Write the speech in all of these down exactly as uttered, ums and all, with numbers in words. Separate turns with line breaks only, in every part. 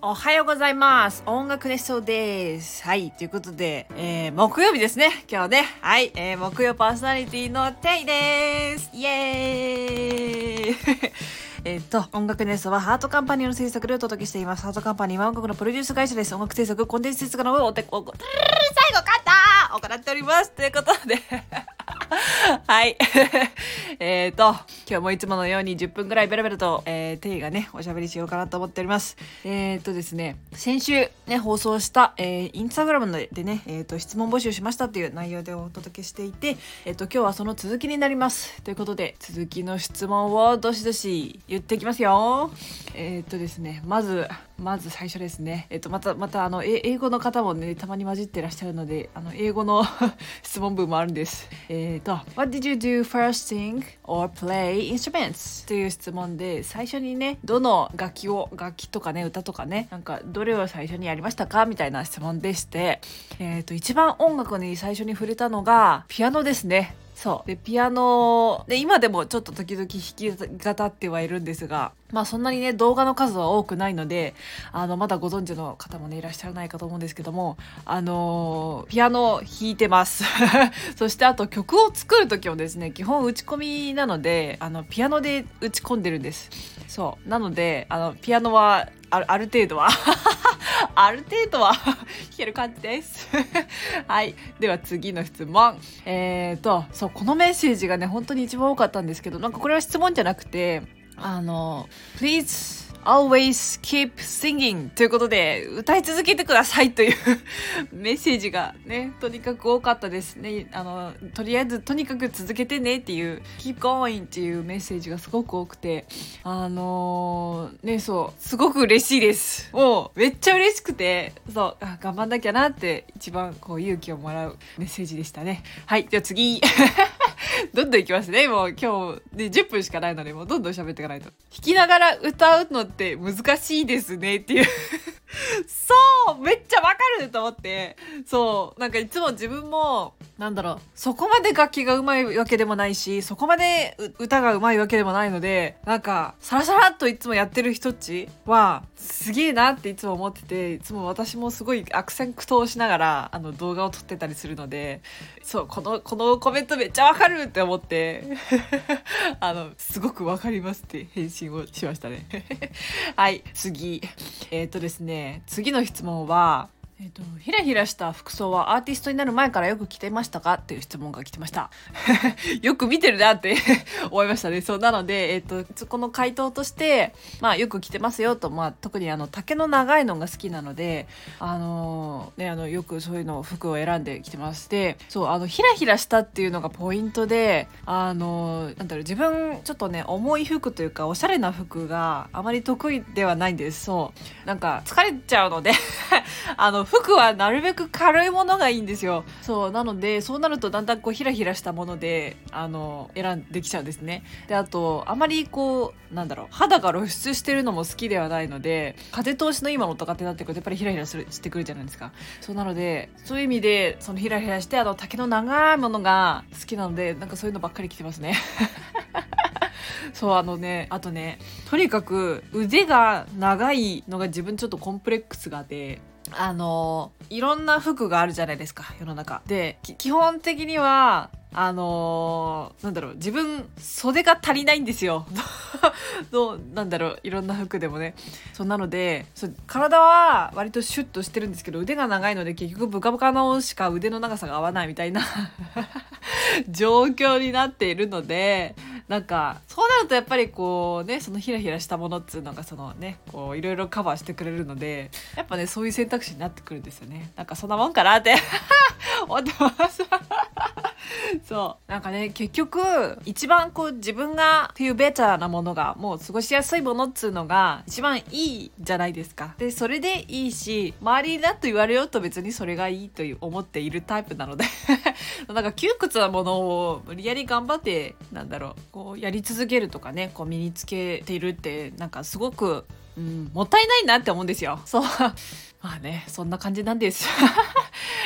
おはようございます。音楽熱唱です。はい、ということで、えー、木曜日ですね。今日ね。はい、えー、木曜パーソナリティのテイです。イエーイえっと、音楽熱奏はハートカンパニーの制作でお届けしています。ハートカンパニーは音楽のプロデュース会社です。音楽制作、コンテンツ制作の上をお手、お、最後勝った行っております。ということで、はい。えっと、今日もいつものようにじゅっぷんぐらいベラベラと、えー、テイがね、おしゃべりしようかなと思っております。えっとですね、先週ね、放送した、えー、インスタグラムでね、えっと、質問募集しましたっていう内容でお届けしていて、えっと、今日はその続きになります。ということで、続きの質問をどしどし言っていきますよ。えっとですね、まず、まず最初ですね。えっと、また、また、あの、英語の方もね、たまに混じってらっしゃるので、あの、英語の質問文もあるんです。えっと、What did you do first thing or play instruments? という質問で、最初にね、どの楽器を、楽器とかね、歌とかね、なんか、どれを最初にやりましたかみたいな質問でして、えっと、一番音楽に最初に触れたのが、ピアノですね。そう。で、ピアノで、今でもちょっと時々弾き語ってはいるんですが、まあそんなにね、動画の数は多くないので、あの、まだご存知の方もね、いらっしゃらないかと思うんですけども、あのー、ピアノ弾いてます。そしてあと曲を作るときもですね、基本打ち込みなので、あの、ピアノで打ち込んでるんです。そう。なので、あの、ピアノは、ある、ある程度は、ある程度は弾ける感じです。はい。では次の質問。えーと、そう、このメッセージがね、本当に一番多かったんですけど、なんかこれは質問じゃなくて、あの、please always keep singing ということで、歌い続けてくださいというメッセージがね、とにかく多かったですね。あの、とりあえずとにかく続けてねっていう、keep going っていうメッセージがすごく多くて、あのー、ね、そう、すごく嬉しいです。もう、めっちゃ嬉しくて、そう、あ、頑張んなきゃなって一番こう勇気をもらうメッセージでしたね。はい、では次。どんどんいきますね。もう今日でじゅっぷんしかないので、もうどんどん喋っていかないと。弾きながら歌うのって難しいですねっていう。そうめっちゃわかると思って。そう、なんかいつも自分も、なんだろう、そこまで楽器が上手いわけでもないし、そこまで歌が上手いわけでもないので、なんか、サラサラっといつもやってる人っちは、すげえなっていつも思ってて、いつも私もすごい悪戦苦闘しながら、あの動画を撮ってたりするので、そう、この、このコメントめっちゃわかるって思って、あの、すごくわかりますって返信をしましたね。はい、次。えっとですね、次の質問は、えっと、ひらひらした服装はアーティストになる前からよく着てましたかっていう質問が来てました。よく見てるなって思いましたね。そう、なので、えっと、この回答として、まあ、よく着てますよと、まあ、特にあの、丈の長いのが好きなので、あのー、ね、あの、よくそういうの服を選んできてまして、そう、あの、ひらひらしたっていうのがポイントで、あのー、なんだろう、自分、ちょっとね、重い服というか、おしゃれな服があまり得意ではないんです。そう。なんか、疲れちゃうので、あの、服はなるべく軽いものがいいんですよ。そう、なので、そうなるとだんだんこうヒラヒラしたもので、あの、選んできちゃうんですね。で、あと、あまりこう、なんだろう、肌が露出してるのも好きではないので、風通しのいいものとかってなってくると、やっぱりヒラヒラする、してくるじゃないですか。そうなので、そういう意味で、そのヒラヒラして、あの、丈の長いものが好きなので、なんかそういうのばっかり着てますね。そう、あのね、あとね、とにかく腕が長いのが自分ちょっとコンプレックスがあって、あのいろんな服があるじゃないですか、世の中で。基本的にはあのー、なんだろう、自分袖が足りないんですよ。どうなんだろう、いろんな服でもね。そうなので、そう、体は割とシュッとしてるんですけど、腕が長いので結局ブカブカのしか腕の長さが合わないみたいな状況になっているので、なんかそうなるとやっぱりこうね、そのヒラヒラしたものっつうのがそのね、こういろいろカバーしてくれるので、やっぱね、そういう選択肢になってくるんですよね。なんかそんなもんかなって思ってますそうなんかね、結局一番こう自分がフィーベターなものが、もう過ごしやすいものっつうのが一番いいじゃないですか。でそれでいいし、周りにだと言われようと別にそれがいいという思っているタイプなのでなんか窮屈なものを無理やり頑張って、なんだろう、こうやり続けるとかね、こう身につけているって、なんかすごく、うん、もったいないなって思うんですよ。そうまあね、そんな感じなんです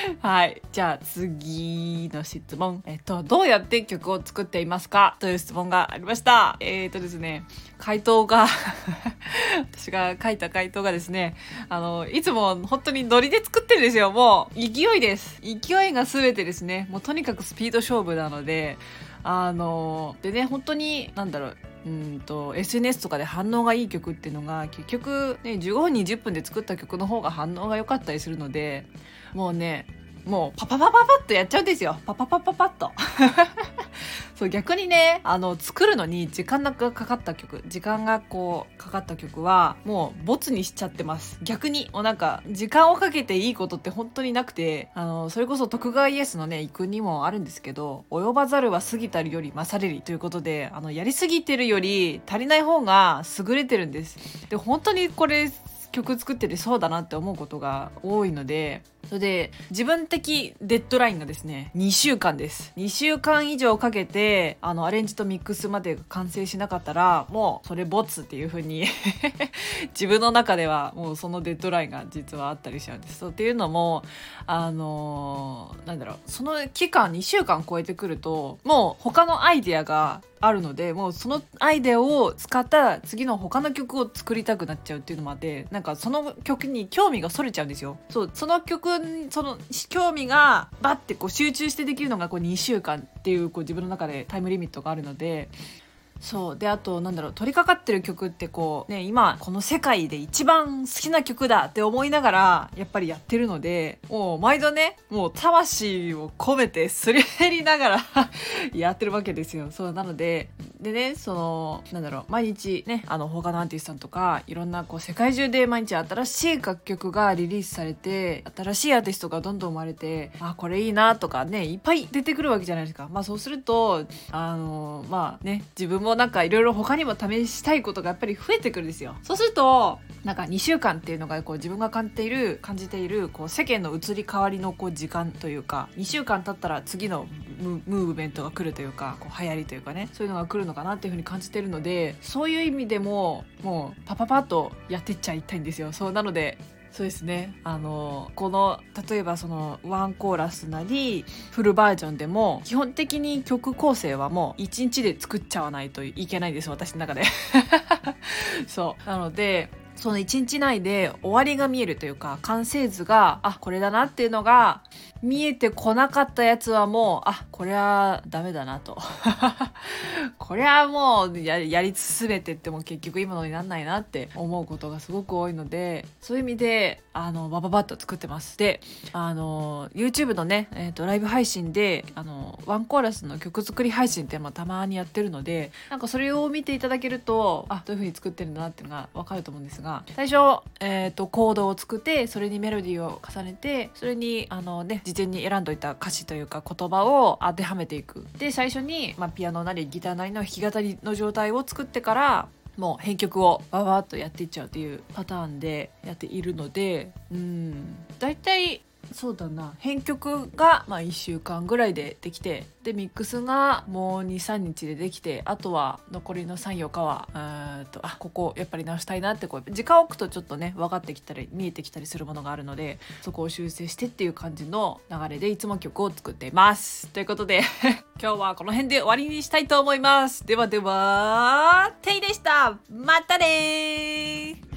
はい。じゃあ次の質問。えっと、どうやって曲を作っていますかという質問がありました。えっとですね、回答が私が書いた回答がですね、あの、いつも本当にノリで作ってるんですよ。もう勢いです。勢いが全てですね。もうとにかくスピード勝負なので、あの、でね、本当に、なんだろう、うんと エスエヌエス とかで反応がいい曲っていうのが結局ねじゅうごふんにじゅっぷんで作った曲の方が反応が良かったりするので、もうねもうパパパパパッとやっちゃうんですよ。パパパパパッとそう逆にねあの作るのに時間がかかった曲時間がこうかかった曲はもうボツにしちゃってます。逆にもうなんか時間をかけていいことって本当になくて、あのそれこそ徳川家康のね遺訓にもあるんですけど、及ばざるは過ぎたるより勝れりということで、あのやりすぎてるより足りない方が優れてるんです。で本当にこれ曲作っててそうだなって思うことが多いので、それで自分的デッドラインがですねにしゅうかんです。にしゅうかん以上かけてあのアレンジとミックスまで完成しなかったらもうそれボツっていう風に自分の中ではもうそのデッドラインが実はあったりしちゃうんです。そうっていうのもあのー、なんだろうその期間にしゅうかん超えてくるともう他のアイデアがあるので、もうそのアイデアを使った次の他の曲を作りたくなっちゃうっていうのもあって、なんかその曲に興味がそれちゃうんですよ。そうその曲その興味がバッてこう集中してできるのがこうにしゅうかんっていうこう自分の中でタイムリミットがあるので、そうであとなんだろう取り掛かってる曲ってこうね今この世界で一番好きな曲だって思いながらやっぱりやってるので、もう毎度ねもう魂を込めてすり減りながらやってるわけですよ。そうなのででねそのなんだろう毎日ねあの他のアーティストさんとかいろんなこう世界中で毎日新しい楽曲がリリースされて新しいアーティストがどんどん生まれて、あこれいいなとかねいっぱい出てくるわけじゃないですか。まあそうするとあのまあね自分もなんかいろいろ他にも試したいことがやっぱり増えてくるんですよ。そうするとなんかにしゅうかんっていうのがこう自分が感じている感じているこう世間の移り変わりのこう時間というか、にしゅうかん経ったら次のムーブメントが来るというかこう流行りというかねそういうのが来るのかなっていう風に感じてるので、そういう意味でももうパパパッとやっていっちゃいたいんですよ。そうなのでそうですねあのこの例えばそのワンコーラスなりフルバージョンでも基本的に曲構成はもういちにちで作っちゃわないといけないです私の中でそうなのでそのいちにち内で終わりが見えるというか完成図があこれだなっていうのが見えてこなかったやつはもうあこれはダメだなとこれはもう や, やり進めてっても結局いいものにならないなって思うことがすごく多いので、そういう意味であのバババッと作ってます。であの YouTube のね、えー、とライブ配信であのワンコーラスの曲作り配信っていうのもたまにやってるので、なんかそれを見ていただけるとあどういう風に作ってるんだなっていうのが分かると思うんですが、最初、えー、とコードを作ってそれにメロディーを重ねてそれにあの、ね、事前に選んどいた歌詞というか言葉を当てはめていく。で最初に、まあ、ピアノなりギターなりの弾き語りの状態を作ってからもう編曲をババッとやっていっちゃうっていうパターンでやっているので、うんだいたいそうだな編曲がまあいっしゅうかんぐらいでできて、でミックスがもう にさんにちでできて、あとは残りの さんよっかはーとあここやっぱり直したいなってこう時間を置くとちょっとね分かってきたり見えてきたりするものがあるので、そこを修正してっていう感じの流れでいつも曲を作っていますということで今日はこの辺で終わりにしたいと思います。ではではテイでした。またねー。